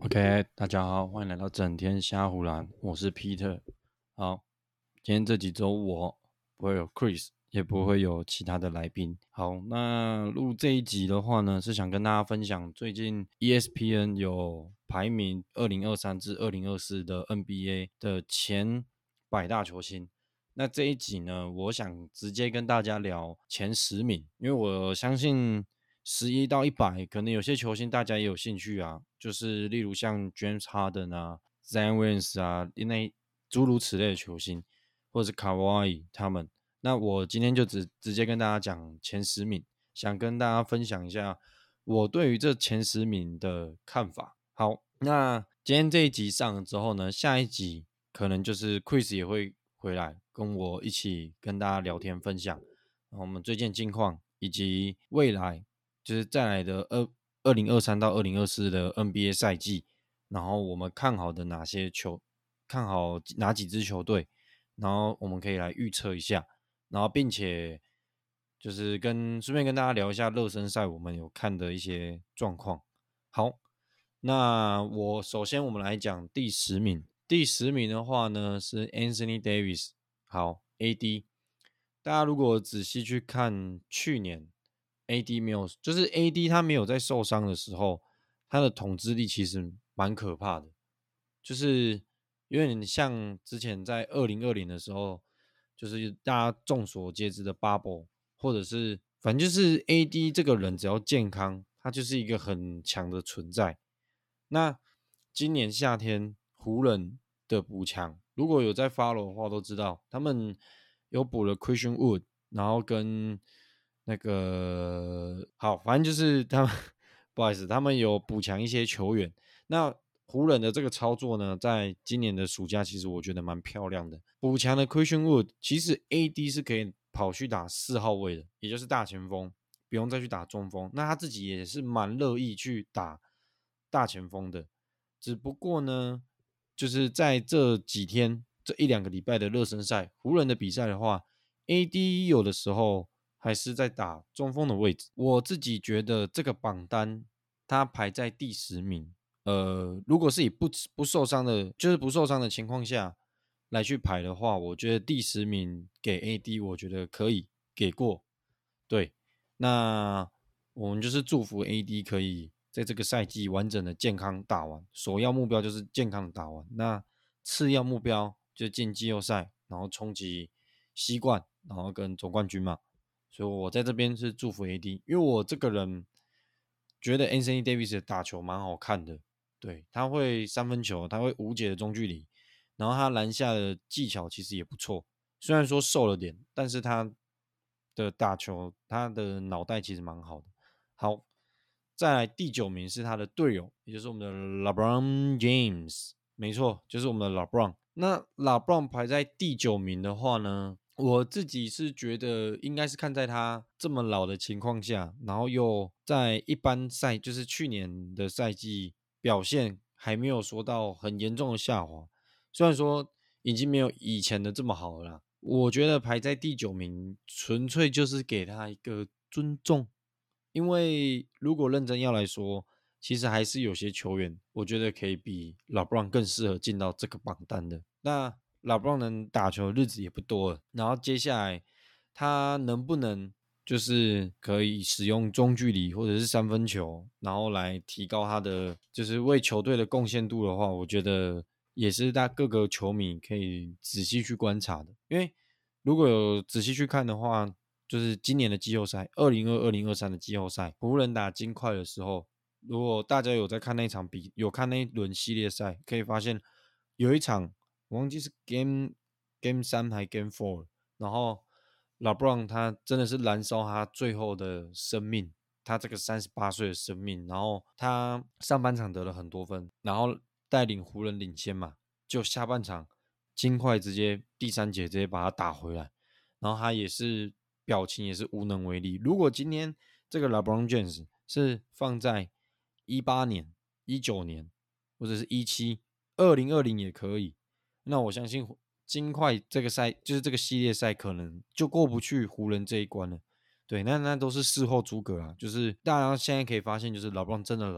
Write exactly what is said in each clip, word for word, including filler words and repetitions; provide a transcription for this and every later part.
OK，大家好，欢迎来到整天瞎胡乱，我是 Peter。好，今天这几周我不会有 Chris，也不会有其他的来宾。好，那录这一集的话呢，是想跟大家分享最近 E S P N 有排名二零二三至二零二四的 N B A 的前百大球星。那这一集呢，我想直接跟大家聊前十名，因为我相信十一到一百，可能有些球星大家也有兴趣啊，就是例如像 James Harden 啊、Zion Williams 啊，那诸如此类的球星，或者是 Kawhi 他们。那我今天就直直接跟大家讲前十名，想跟大家分享一下我对于这前十名的看法。好，那今天这一集上了之后呢，下一集可能就是 Chris 也会回来跟我一起跟大家聊天分享我们最近近况以及未来就是再来的二二零二三到二零二四的 N B A 赛季，然后我们看好的哪些球，看好哪几支球队，然后我们可以来预测一下，然后并且就是跟顺便跟大家聊一下热身赛我们有看的一些状况。好，那我首先我们来讲第十名，第十名的话呢是 Anthony Davis， 好 A D， 大家如果仔细去看去年 A D 没有，就是 A D 他没有在受伤的时候，他的统治力其实蛮可怕的，就是有点像之前在二零二零的时候，就是大家众所皆知的 Bubble， 或者是反正就是 A D 这个人只要健康，他就是一个很强的存在。那今年夏天湖人的补强，如果有在 follow 的话，都知道他们有补了 Christian Wood， 然后跟那个好，反正就是他们不好意思，他们有补强一些球员。那湖人的这个操作呢，在今年的暑假其实我觉得蛮漂亮的。补强的 Christian Wood， 其实 A D 是可以跑去打四号位的，也就是大前锋，不用再去打中锋。那他自己也是蛮乐意去打大前锋的，只不过呢，就是在这几天这一两个礼拜的热身赛，湖人的比赛的话 ，A D 有的时候还是在打中锋的位置。我自己觉得这个榜单他排在第十名，呃，如果是以不不受伤的，就是不受伤的情况下来去排的话，我觉得第十名给 A D， 我觉得可以给过。对，那我们就是祝福 A D 可以在这个赛季完整的健康打完，首要目标就是健康的打完，那次要目标就是进季后赛，然后冲击西冠，然后跟总冠军嘛。所以我在这边是祝福 A D，因为我这个人觉得 Anthony Davis 的打球蛮好看的，对，他会三分球，他会无解的中距离，然后他篮下的技巧其实也不错，虽然说瘦了点，但是他的打球，他的脑袋其实蛮好的。好，再来第九名是他的队友，也就是我们的 LeBron James，没错，就是我们的 LeBron。那 LeBron 排在第九名的话呢，我自己是觉得应该是看在他这么老的情况下，然后又在一般赛，就是去年的赛季表现还没有说到很严重的下滑，虽然说已经没有以前的这么好了啦，我觉得排在第九名，纯粹就是给他一个尊重。因为如果认真要来说，其实还是有些球员，我觉得可以比老布朗更适合进到这个榜单的。那老布朗能打球的日子也不多了，然后接下来他能不能就是可以使用中距离或者是三分球，然后来提高他的就是为球队的贡献度的话，我觉得也是大家各个球迷可以仔细去观察的。因为如果有仔细去看的话，就是今年的季后赛，二零二二零二三的季后赛，湖人打金块的时候，如果大家有在看那场比，有看那一轮系列赛，可以发现有一场我忘记是 Game Game 三还 Game Four，然后老布朗他真的是燃烧他最后的生命，他这个三十八岁的生命，然后他上半场得了很多分，然后带领湖人领先嘛，就下半场金块直接第三节直接把他打回来，然后他也是表情也是无能为力。如果今天这个 LeBron James 是放在一八年、一九年或者是一七、二零二零也可以，那我相信金块这个赛就是这个系列赛可能就过不去湖人这一关了。对，那那都是事后诸葛啊，就是大家现在可以发现，就是老布朗真的老了，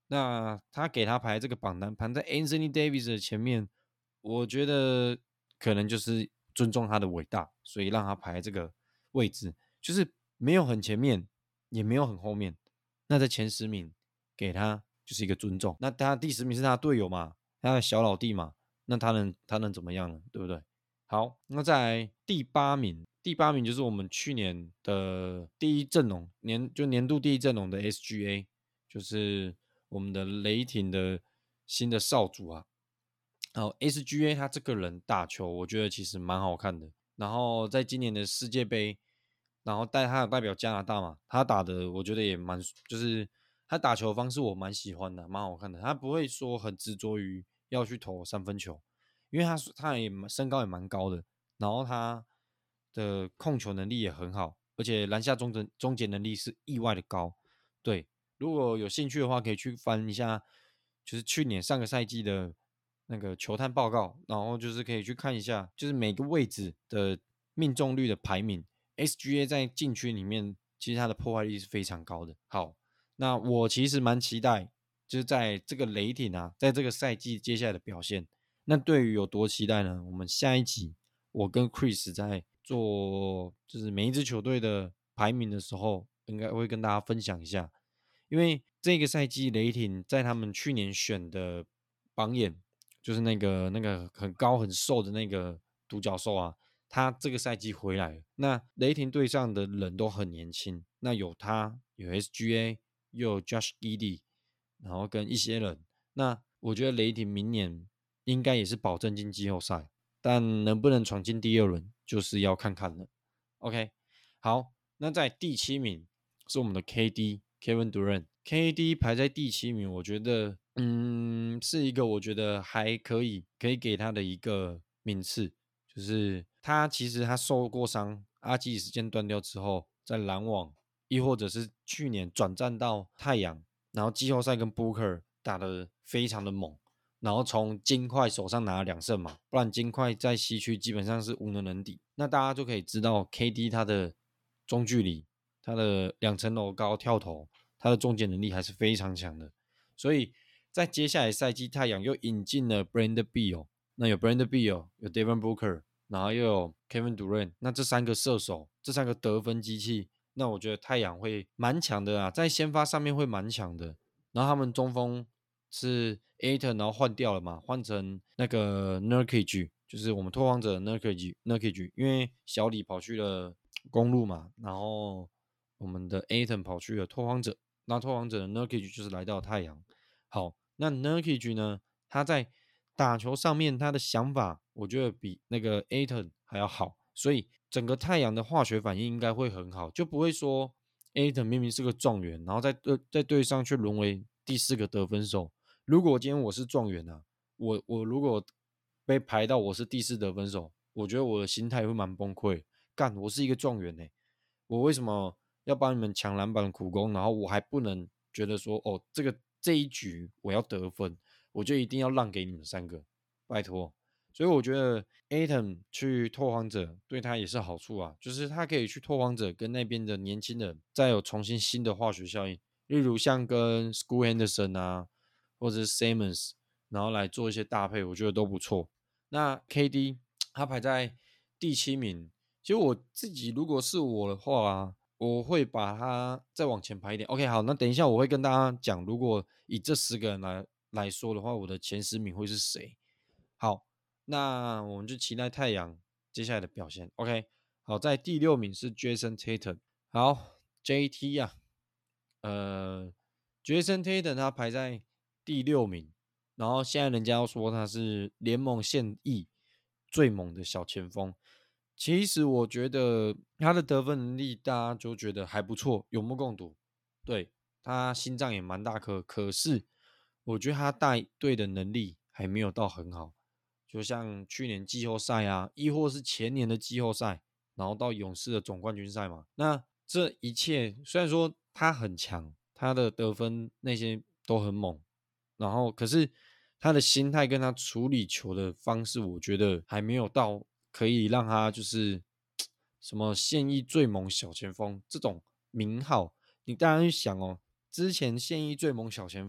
那他给他排这个榜单，排在 Anthony Davis 的前面，我觉得可能就是尊重他的伟大，所以让他排这个位置，就是没有很前面，也没有很后面。那在前十名给他就是一个尊重。那他第十名是他的队友嘛，他的小老弟嘛，那他能他能怎么样呢？对不对？好，那在第八名，第八名就是我们去年的第一阵容，年就年度第一阵容的 S G A，就是我们的雷霆的新的少主啊。好 ，S G A 他这个人打球，我觉得其实蛮好看的。然后在今年的世界杯，然后带他有代表加拿大嘛，他打的我觉得也蛮，就是他打球方式我蛮喜欢的，蛮好看的。他不会说很执着于要去投三分球，因为他他也身高也蛮高的，然后他的控球能力也很好，而且篮下终结终结能力是意外的高。对，如果有兴趣的话，可以去翻一下，就是去年上个赛季的那个球探报告，然后就是可以去看一下，就是每个位置的命中率的排名。S G A 在禁区里面，其实它的破坏力是非常高的。好，那我其实蛮期待，就是在这个雷霆啊，在这个赛季接下来的表现。那对于有多期待呢？我们下一集我跟 Chris 在做就是每一支球队的排名的时候，应该会跟大家分享一下。因为这个赛季雷霆在他们去年选的榜眼，就是那个那个很高很瘦的那个独角兽啊，他这个赛季回来了。那雷霆队上的人都很年轻，那有他，有 S G A，又有 Josh Giddey，然后跟一些人。那我觉得雷霆明年应该也是保证进季后赛，但能不能闯进第二轮，就是要看看了。OK，好，那在第七名是我们的 K D Kevin Durant，K D 排在第七名，我觉得嗯是一个我觉得还可以可以给他的一个名次，就是他其实他受过伤，阿基里斯腱断掉之后，在篮网，亦或者是去年转战到太阳，然后季后赛跟 Booker 打得非常的猛，然后从金块手上拿了两胜嘛，不然金块在西区基本上是无能能敌。那大家就可以知道 K D 他的中距离，他的两层楼高跳投，他的终结能力还是非常强的。所以在接下来赛季，太阳又引进了 Brandon Beal，那有 Brandon Beal，有 Devin Booker，然后又有 Kevin Durant，那这三个射手，这三个得分机器，那我觉得太阳会蛮强的啊，在先发上面会蛮强的。然后他们中锋是 Ayton， 然后换掉了嘛，换成那个 Nurkic， 就是我们拓荒者的 Nurkic Nurkic， 因为小李跑去了公路嘛，然后我们的 Ayton 跑去了拓荒者，那拓荒者的 Nurkic 就是来到太阳。好，那 Nurkic 呢，他在打球上面他的想法，我觉得比那个 Ayton 还要好，所以整个太阳的化学反应应该会很好，就不会说 Ayton 明明是个状元，然后在对在队上却沦为第四个得分手。如果今天我是状元啊，我我如果被排到我是第四得分手，我觉得我的心态会蛮崩溃。干，我是一个状元呢、欸，我为什么要帮你们抢篮板苦攻，然后我还不能觉得说，哦，这个这一局我要得分，我就一定要让给你们三个，拜托。所以我觉得 Ayton 去拓荒者对他也是好处啊，就是他可以去拓荒者跟那边的年轻人再有重新新的化学效应，例如像跟 School Henderson 啊，或者是 Simmons，然后来做一些搭配，我觉得都不错。那 K D 他排在第七名，其实我自己如果是我的话啊，我会把它再往前排一点。OK，好，那等一下我会跟大家讲，如果以这十个人来来说的话，我的前十名会是谁？好，那我们就期待太阳接下来的表现。OK，好，在第六名是 Jason Tatum，好 J T 啊，呃，Jason Tatum 他排在第六名，然后现在人家要说他是联盟现役最猛的小前锋。其实我觉得他的得分能力，大家就觉得还不错，有目共睹。对，他心脏也蛮大颗，可是我觉得他带队的能力还没有到很好。就像去年季后赛啊，亦或是前年的季后赛，然后到勇士的总冠军赛嘛。那这一切虽然说他很强，他的得分那些都很猛，然后可是他的心态跟他处理球的方式，我觉得还没有到可以让他就是什么现役最猛小前锋这种名号。你当然去想哦，之前现役最猛小前锋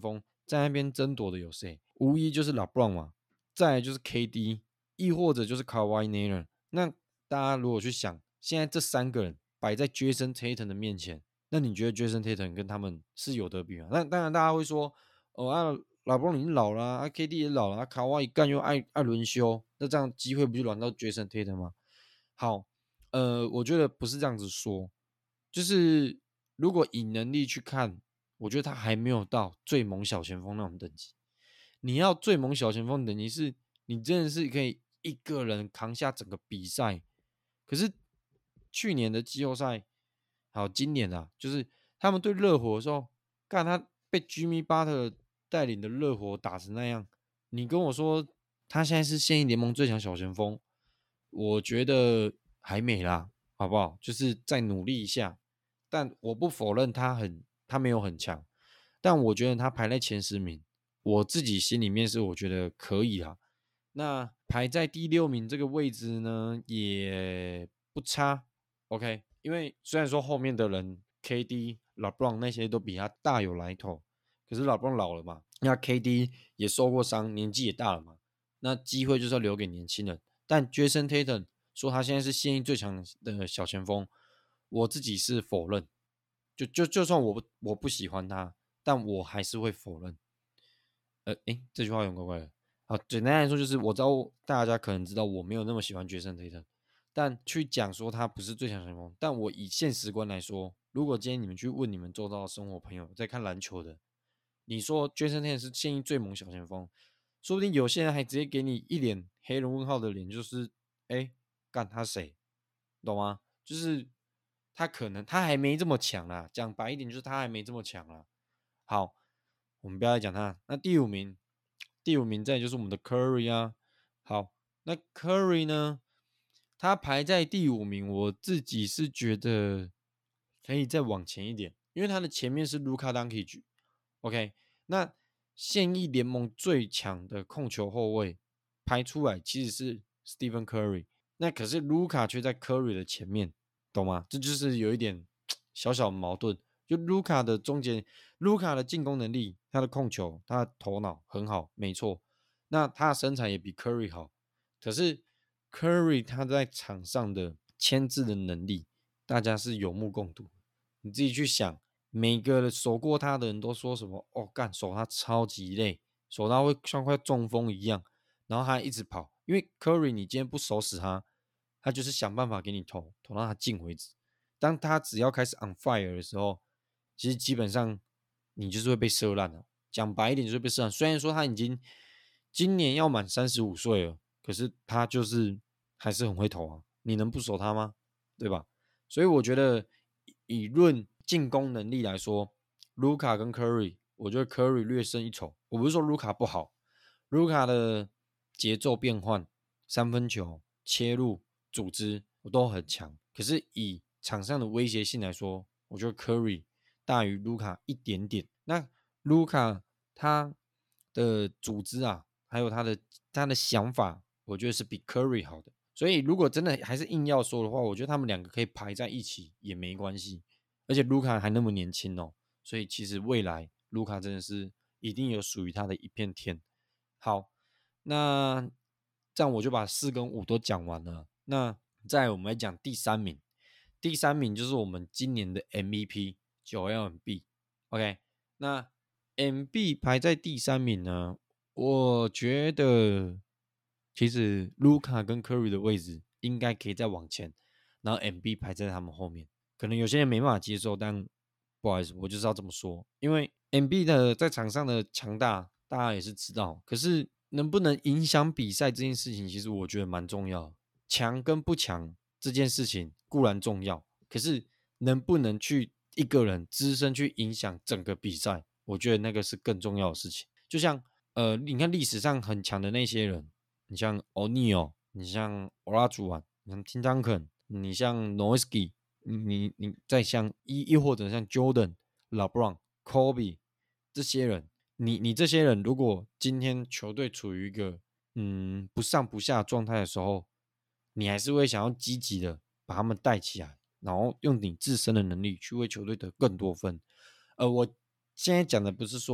在那边争夺的有谁？无疑就是 LeBron 嘛，再来就是 K D， 亦或者就是 Kawhi Leonard。那大家如果去想，现在这三个人摆在 Jason Tatum 的面前，那你觉得 Jason Tatum 跟他们是有得比吗？那当然，大家会说，哦啊，老布朗已经老了啊，啊 K D 也老了，啊卡哇伊干又爱爱轮休，那这样机会不就轮到 Jason Tatum 吗？好，呃，我觉得不是这样子说，就是如果以能力去看，我觉得他还没有到最猛小前锋那种等级。你要最猛小前锋等级是，你真的是可以一个人扛下整个比赛。可是去年的季后赛，还有今年啊，就是他们对热火的时候，干他被 Jimmy Butler 带领的热火打成那样，你跟我说他现在是现役联盟最强小前锋，我觉得还没啦，好不好？就是再努力一下，但我不否认他很他没有很强，但我觉得他排在前十名，我自己心里面是我觉得可以啊。那排在第六名这个位置呢，也不差。OK，因为虽然说后面的人 K D、LeBron 那些都比他大有来头，可是 LeBron 老了嘛，那 K D 也受过伤，年纪也大了嘛，那机会就是要留给年轻人。但 Jason Tatum 说他现在是现役最强的小前锋，我自己是否认。就就就算我不我不喜欢他，但我还是会否认。呃，诶，这句话有怪怪的。好，简单来说就是，我知道大家可能知道我没有那么喜欢决胜 Tatum，但去讲说他不是最强前锋，但我以现实观来说，如果今天你们去问你们周遭的生活朋友在看篮球的，你说 Jason Tatum 是现役最猛小前锋，说不定有些人还直接给你一脸黑人问号的脸，就是哎，干他谁，懂吗？就是他可能他还没这么强啦，讲白一点就是他还没这么强啦。好，我们不要再讲他。那第五名，第五名再就是我们的 Curry 啊。好，那 Curry 呢，他排在第五名，我自己是觉得可以再往前一点，因为他的前面是 Luka Doncic。OK，那现役联盟最强的控球后卫排出来其实是 Stephen Curry，那可是 Luka 却在 Curry 的前面，懂吗？这就是有一点小小矛盾。就卢卡的终结，卢卡的进攻能力，他的控球，他的头脑很好，没错。那他的身材也比 Curry 好，可是 Curry 他在场上的牵制的能力，大家是有目共睹。你自己去想，每个守过他的人都说什么？哦，干守他超级累，守他会像快中风一样，然后他还一直跑。因为 Curry 你今天不守死他，他就是想办法给你投，投到他进为止。当他只要开始 on fire 的时候，其实基本上你就是会被射烂了。讲白一点就是被射烂。虽然说他已经今年要满三十五岁了，可是他就是还是很会投啊。你能不守他吗？对吧？所以我觉得以论进攻能力来说，卢卡跟 Curry， 我觉得 Curry 略胜一筹。我不是说卢卡不好，卢卡的节奏变换、三分球切入、组织我都很强。可是以场上的威胁性来说，我觉得 Curry 大于卢卡一点点。那卢卡他的组织啊，还有他的他的想法，我觉得是比 Curry 好的。所以如果真的还是硬要说的话，我觉得他们两个可以排在一起也没关系。而且卢卡还那么年轻哦，所以其实未来卢卡真的是一定有属于他的一片天。好，那这样我就把四跟五都讲完了。那再来我们来讲第三名，第三名就是我们今年的 M V P 九 L M B。OK， 那 M B 排在第三名呢，我觉得其实卢卡跟 Curry 的位置应该可以再往前，然后 M B 排在他们后面。可能有些人没办法接受，但不好意思，我就是要这么说，因为 M B 的在场上的强大，大家也是知道，可是能不能影响比赛这件事情，其实我觉得蛮重要的。强跟不强这件事情固然重要，可是能不能去一个人只身去影响整个比赛，我觉得那个是更重要的事情。就像呃，你看历史上很强的那些人，你像 O'Neal， 你像 Olajuwon， 你像 Tim Duncan， 你像 Nowitzki， 你你再像一亦或者像 Jordan、LeBron、Kobe 这些人，你你这些人如果今天球队处于一个嗯不上不下状态的时候，你还是会想要积极的把他们带起来，然后用你自身的能力去为球队得更多分。呃，我现在讲的不是说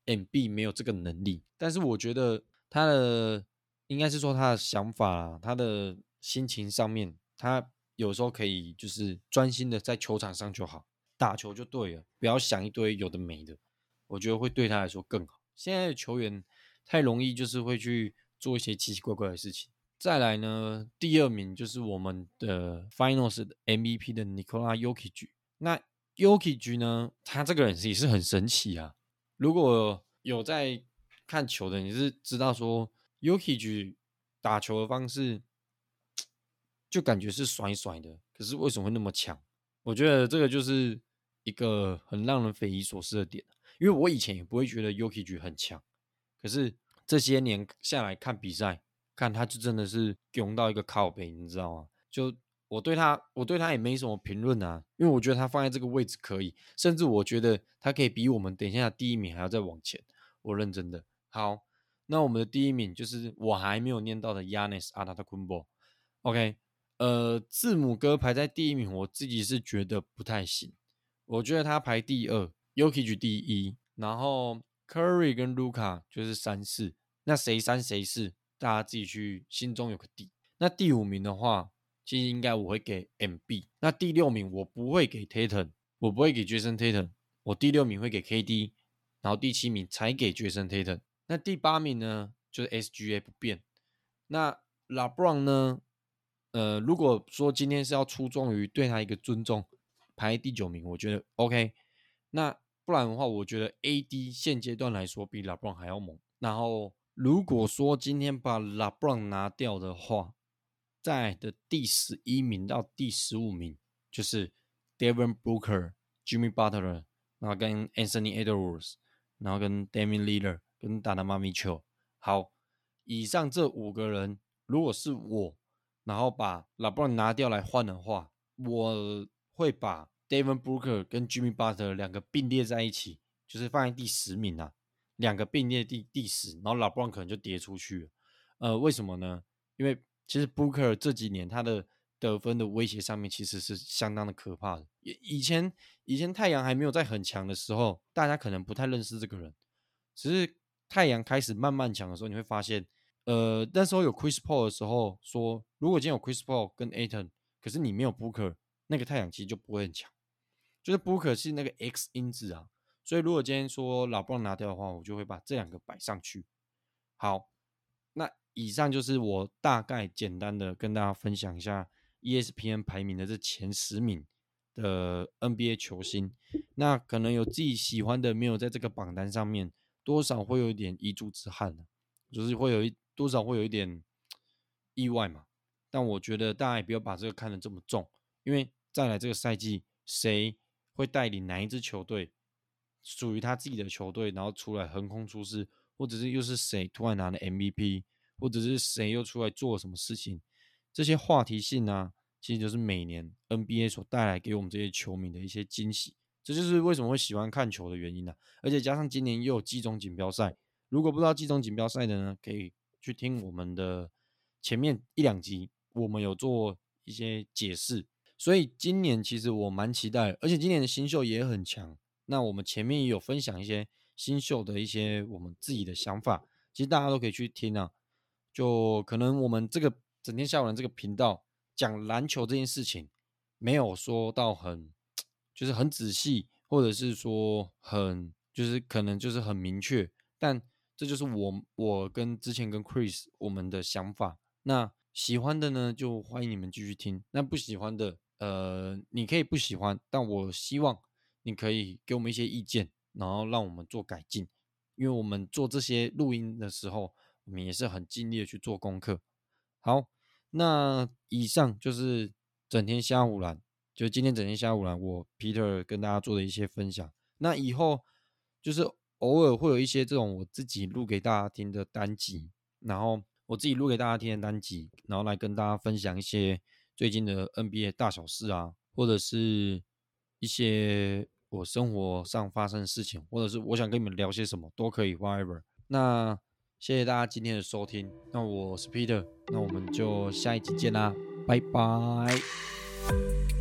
M B 没有这个能力，但是我觉得他的应该是说他的想法啦，他的心情上面，他有时候可以就是专心的在球场上就好，打球就对了，不要想一堆有的没的，我觉得会对他来说更好。现在的球员太容易就是会去做一些奇奇怪怪的事情。再来呢，第二名就是我们的 Finals 的 M V P 的 Nikola Jokic。那 Jokic 呢，他这个人也是很神奇啊。如果有在看球的，你是知道说 Jokic 打球的方式，就感觉是甩甩的，可是为什么会那么强？我觉得这个就是一个很让人匪夷所思的点，因为我以前也不会觉得 Jokic 很强，可是这些年下来看比赛，看他就真的是勇到一个靠背，你知道吗？就我对他，我对他也没什么评论啊，因为我觉得他放在这个位置可以，甚至我觉得他可以比我们等一下第一名还要再往前。我认真的。好，那我们的第一名就是我还没有念到的 Giannis Antetokounmpo。OK， 呃，字母哥排在第一名，我自己是觉得不太行。我觉得他排第二 ，Jokic 第一，然后 Curry 跟 Luka 就是三四，那谁三谁四，大家自己去心中有个底。那第五名的话，其实应该我会给 M B。那第六名我不会给 Tatum， 我不会给 Jason Tatum， 我第六名会给 K D， 然后第七名才给 Jason Tatum。那第八名呢，就是 S G A 不变。那 LeBron 呢？呃，如果说今天是要出众于对他一个尊重，排第九名，我觉得 OK。那不然的话，我觉得 A D 现阶段来说比 LeBron 还要猛。然后如果说今天把 LeBron 拿掉的话，在的第十一名到第十五名就是 Devin Booker、Jimmy Butler， 然后跟 Anthony Edwards， 然后跟 Damian Lillard， 跟 Donovan Mitchell。好，以上这五个人，如果是我，然后把 LeBron 拿掉来换的话，我会把 Devin Booker 跟 Jimmy Butler 两个并列在一起，就是放在第十名啊，两个并列第第十，然后 LeBron 可能就跌出去了。呃，为什么呢？因为其实 Booker 这几年他的得分的威胁上面其实是相当的可怕的。以前以前太阳还没有在很强的时候，大家可能不太认识这个人，只是太阳开始慢慢强的时候，你会发现，呃，那时候有 Chris Paul 的时候说，如果今天有 Chris Paul 跟 Ayton， 可是你没有 Booker， 那个太阳其实就不会很强。就是 Booker 是那个 X 因子啊，所以如果今天说老布朗拿掉的话，我就会把这两个摆上去。好，那以上就是我大概简单的跟大家分享一下 E S P N 排名的这前十名的 N B A 球星。那可能有自己喜欢的没有在这个榜单上面，多少会有一点遗珠之憾、啊、就是会有一多少会有一点意外嘛。但我觉得大家也不要把这个看得这么重，因为再来这个赛季谁会带领哪一支球队属于他自己的球队，然后出来横空出世，或者是又是谁突然拿了 M V P， 或者是谁又出来做了什么事情，这些话题性啊，其实就是每年 N B A 所带来给我们这些球迷的一些惊喜。这就是为什么会喜欢看球的原因啊。而且加上今年又有季中锦标赛，如果不知道季中锦标赛的呢，可以去听我们的前面一两集，我们有做一些解释。所以今年其实我蛮期待，而且今年的新秀也很强。那我们前面也有分享一些新秀的一些我们自己的想法，其实大家都可以去听啊。就可能我们这个整天下午的这个频道讲篮球这件事情，没有说到很就是很仔细，或者是说很就是可能就是很明确，但这就是我我跟之前跟 Chris 我们的想法。那喜欢的呢，就欢迎你们继续听；那不喜欢的，呃，你可以不喜欢，但我希望你可以给我们一些意见，然后让我们做改进。因为我们做这些录音的时候，我们也是很尽力的去做功课。好，那以上就是整天瞎胡乱，就今天整天瞎胡乱，我 Peter 跟大家做的一些分享。那以后就是偶尔会有一些这种我自己录给大家听的单集，然后我自己录给大家听的单集，然后来跟大家分享一些最近的 N B A 大小事啊，或者是一些我生活上发生的事情，或者是我想跟你们聊些什么都可以 whatever。那谢谢大家今天的收听，那我是 Peter，那我们就下一集见啦，拜拜。